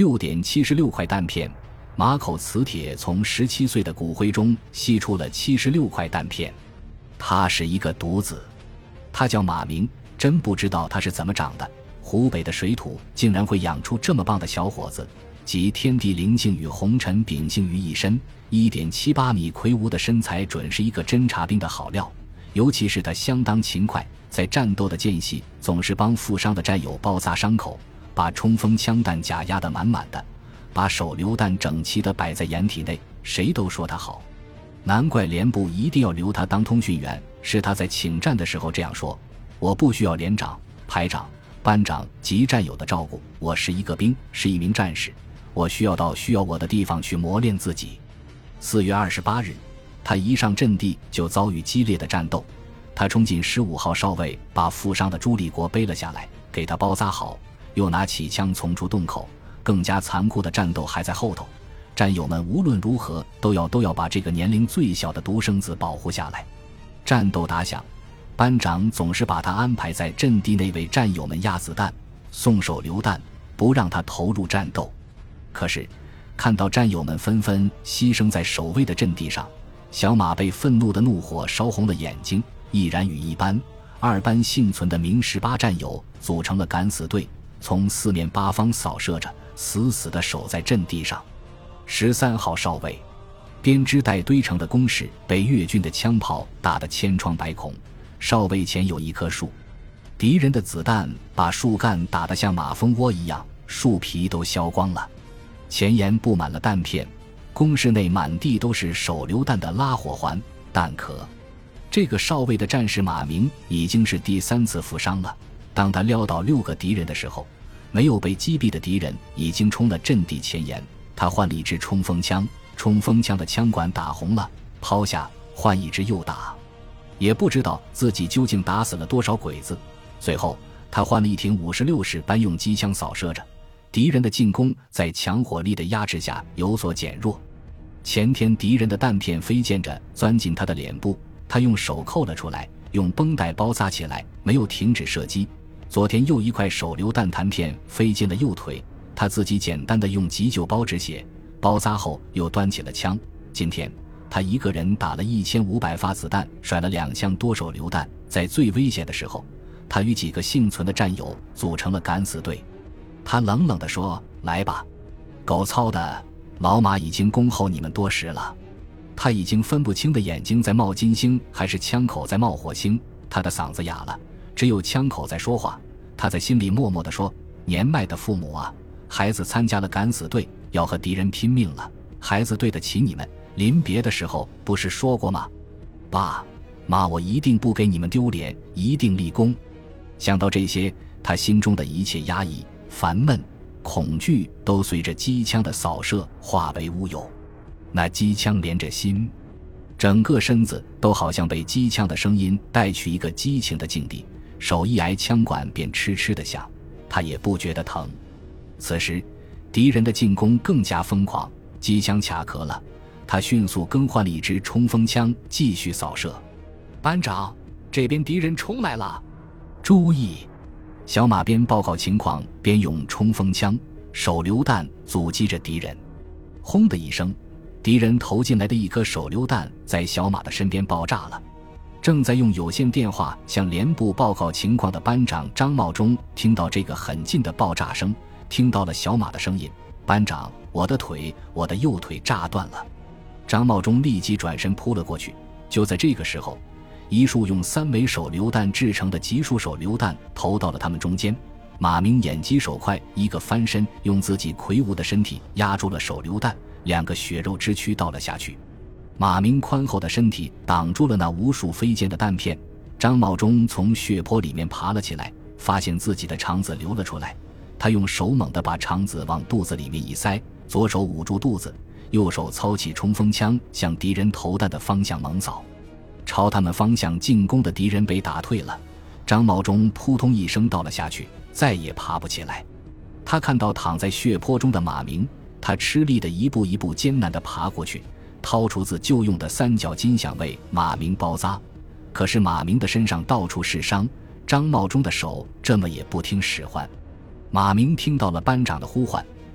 6.76块弹片，马口磁铁从17岁的骨灰中吸出了76块弹片。他是一个独子，他叫马明，真不知道他是怎么长的。湖北的水土竟然会养出这么棒的小伙子，集天地灵性与红尘秉性于一身。1.78米魁梧的身材，准是一个侦察兵的好料。尤其是他相当勤快，在战斗的间隙总是帮负伤的战友包扎伤口，把冲锋枪弹夹压得满满的，把手榴弹整齐地摆在掩体内，谁都说他好。难怪连部一定要留他当通讯员，是他在请战的时候这样说：我不需要连长、排长、班长及战友的照顾，我是一个兵，是一名战士，我需要到需要我的地方去磨练自己。4月28日，他一上阵地就遭遇激烈的战斗，他冲进15号哨位，把负伤的朱立国背了下来，给他包扎好，又拿起枪从出洞口。更加残酷的战斗还在后头，战友们无论如何都要把这个年龄最小的独生子保护下来。战斗打响，班长总是把他安排在阵地内为战友们压子弹、送手榴弹，不让他投入战斗。可是看到战友们纷纷牺牲在守卫的阵地上，小马被愤怒的怒火烧红了眼睛，毅然与一班、2班幸存的明18战友组成了敢死队，从4面8方扫射着，死死地守在阵地上。13号哨位，编织袋堆成的工事被越军的枪炮打得千疮百孔，哨位前有一棵树，敌人的子弹把树干打得像马蜂窝一样，树皮都削光了。前沿布满了弹片，工事内满地都是手榴弹的拉火环、弹壳。这个哨位的战士马明已经是第3次负伤了。当他撩倒6个敌人的时候，没有被击毙的敌人已经冲了阵地前沿。他换了一支冲锋枪，冲锋枪的枪管打红了，抛下，换一支又打。也不知道自己究竟打死了多少鬼子。最后他换了一挺56式班用机枪扫射着，敌人的进攻在强火力的压制下有所减弱。前天敌人的弹片飞溅着钻进他的脸部，他用手扣了出来，用绷带包扎起来，没有停止射击。昨天又一块手榴弹弹片飞进了右腿，他自己简单的用急救包止血，包扎后又端起了枪。今天他一个人打了1500发子弹，甩了2箱多手榴弹。在最危险的时候，他与几个幸存的战友组成了敢死队。他冷冷地说：来吧，狗操的，老马已经恭候你们多时了。他已经分不清的眼睛在冒金星还是枪口在冒火星，他的嗓子哑了，只有枪口在说话。他在心里默默地说：年迈的父母啊，孩子参加了敢死队，要和敌人拼命了，孩子对得起你们，临别的时候不是说过吗？爸妈，我一定不给你们丢脸，一定立功。想到这些，他心中的一切压抑、烦闷、恐惧都随着机枪的扫射化为乌有。那机枪连着心，整个身子都好像被机枪的声音带去一个激情的境地，手一挨枪管便嗤嗤地响，他也不觉得疼。此时敌人的进攻更加疯狂，机枪卡壳了，他迅速更换了一支冲锋枪继续扫射。班长，这边敌人冲来了，注意！小马边报告情况边用冲锋枪、手榴弹阻击着敌人。轰的一声，敌人投进来的一颗手榴弹在小马的身边爆炸了。正在用有线电话向连部报告情况的班长张茂忠听到这个很近的爆炸声，听到了小马的声音：班长，我的右腿炸断了。张茂忠立即转身扑了过去。就在这个时候，一束用3枚手榴弹制成的集束手榴弹投到了他们中间。马明眼疾手快，一个翻身，用自己魁梧的身体压住了手榴弹，2个血肉之躯倒了下去。马明宽厚的身体挡住了那无数飞溅的弹片。张茂忠从血泊里面爬了起来，发现自己的肠子流了出来，他用手猛地把肠子往肚子里面一塞，左手捂住肚子，右手操起冲锋枪向敌人投弹的方向猛扫。朝他们方向进攻的敌人被打退了，张茂忠扑通一声倒了下去，再也爬不起来。他看到躺在血泊中的马明，他吃力地一步一步艰难地爬过去，掏出自旧用的3角金响为马明包扎。可是马明的身上到处是伤，张茂忠的手这么也不听使唤。马明听到了班长的呼唤，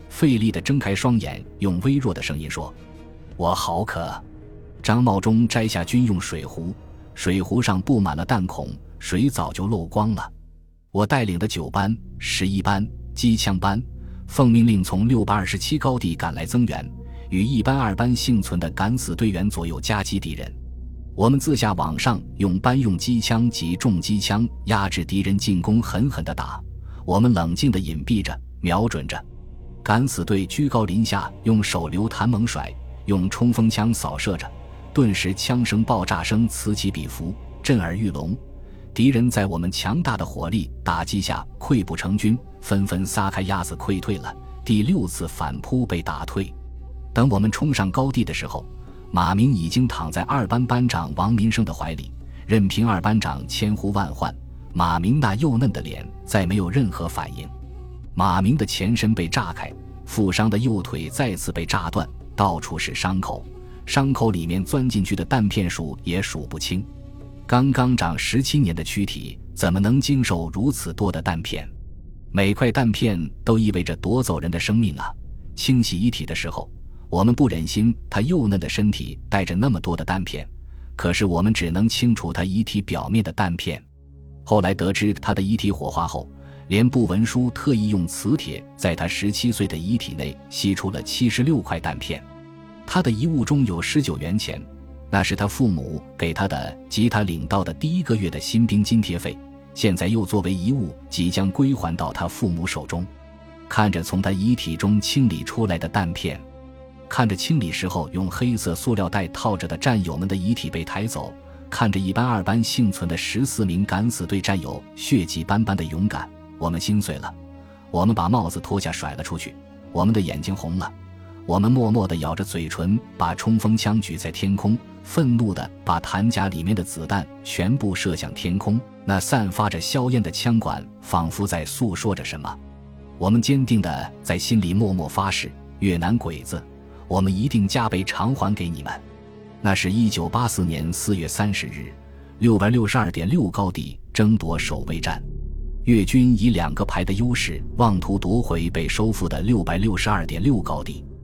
费力地睁开双眼，用微弱的声音说：“我好渴。”张茂忠摘下军用水壶，水壶上布满了弹孔，水早就漏光了。我带领的9班、11班、机枪班奉命令从627高地赶来增援，与1班、2班幸存的敢死队员左右夹击敌人。我们自下往上用班用机枪及重机枪压制敌人进攻，狠狠地打。我们冷静地隐蔽着，瞄准着。敢死队居高临下，用手榴弹猛甩，用冲锋枪扫射着，顿时枪声爆炸声此起彼伏，震耳欲聋。敌人在我们强大的火力打击下溃不成军，纷纷撒开鸭子溃退了。第6次反扑被打退。等我们冲上高地的时候，马明已经躺在2班班长王民生的怀里，任凭2班长千呼万唤，马明那幼嫩的脸再没有任何反应。马明的前身被炸开，负伤的右腿再次被炸断，到处是伤口，伤口里面钻进去的弹片数也数不清。刚刚长17年的躯体怎么能经受如此多的弹片？每块弹片都意味着夺走人的生命啊！清洗遗体的时候，我们不忍心他幼嫩的身体带着那么多的弹片，可是我们只能清除他遗体表面的弹片。后来得知他的遗体火化后，连部文书特意用磁铁在他17岁的遗体内吸出了76块弹片。他的遗物中有19元钱，那是他父母给他的及他领到的第1个月的新兵津贴费，现在又作为遗物即将归还到他父母手中。看着从他遗体中清理出来的弹片，看着清理时候用黑色塑料袋套着的战友们的遗体被抬走，看着1班、2班幸存的14名敢死队战友血迹斑斑的勇敢，我们心碎了。我们把帽子脱下甩了出去，我们的眼睛红了，我们默默地咬着嘴唇，把冲锋枪举在天空，愤怒地把弹夹里面的子弹全部射向天空。那散发着硝烟的枪管仿佛在诉说着什么。我们坚定地在心里默默发誓，越南鬼子，我们一定加倍偿还给你们。那是1984年4月30日，662.6高地争夺守卫战，越军以2个排的优势妄图夺回被收复的662.6高地。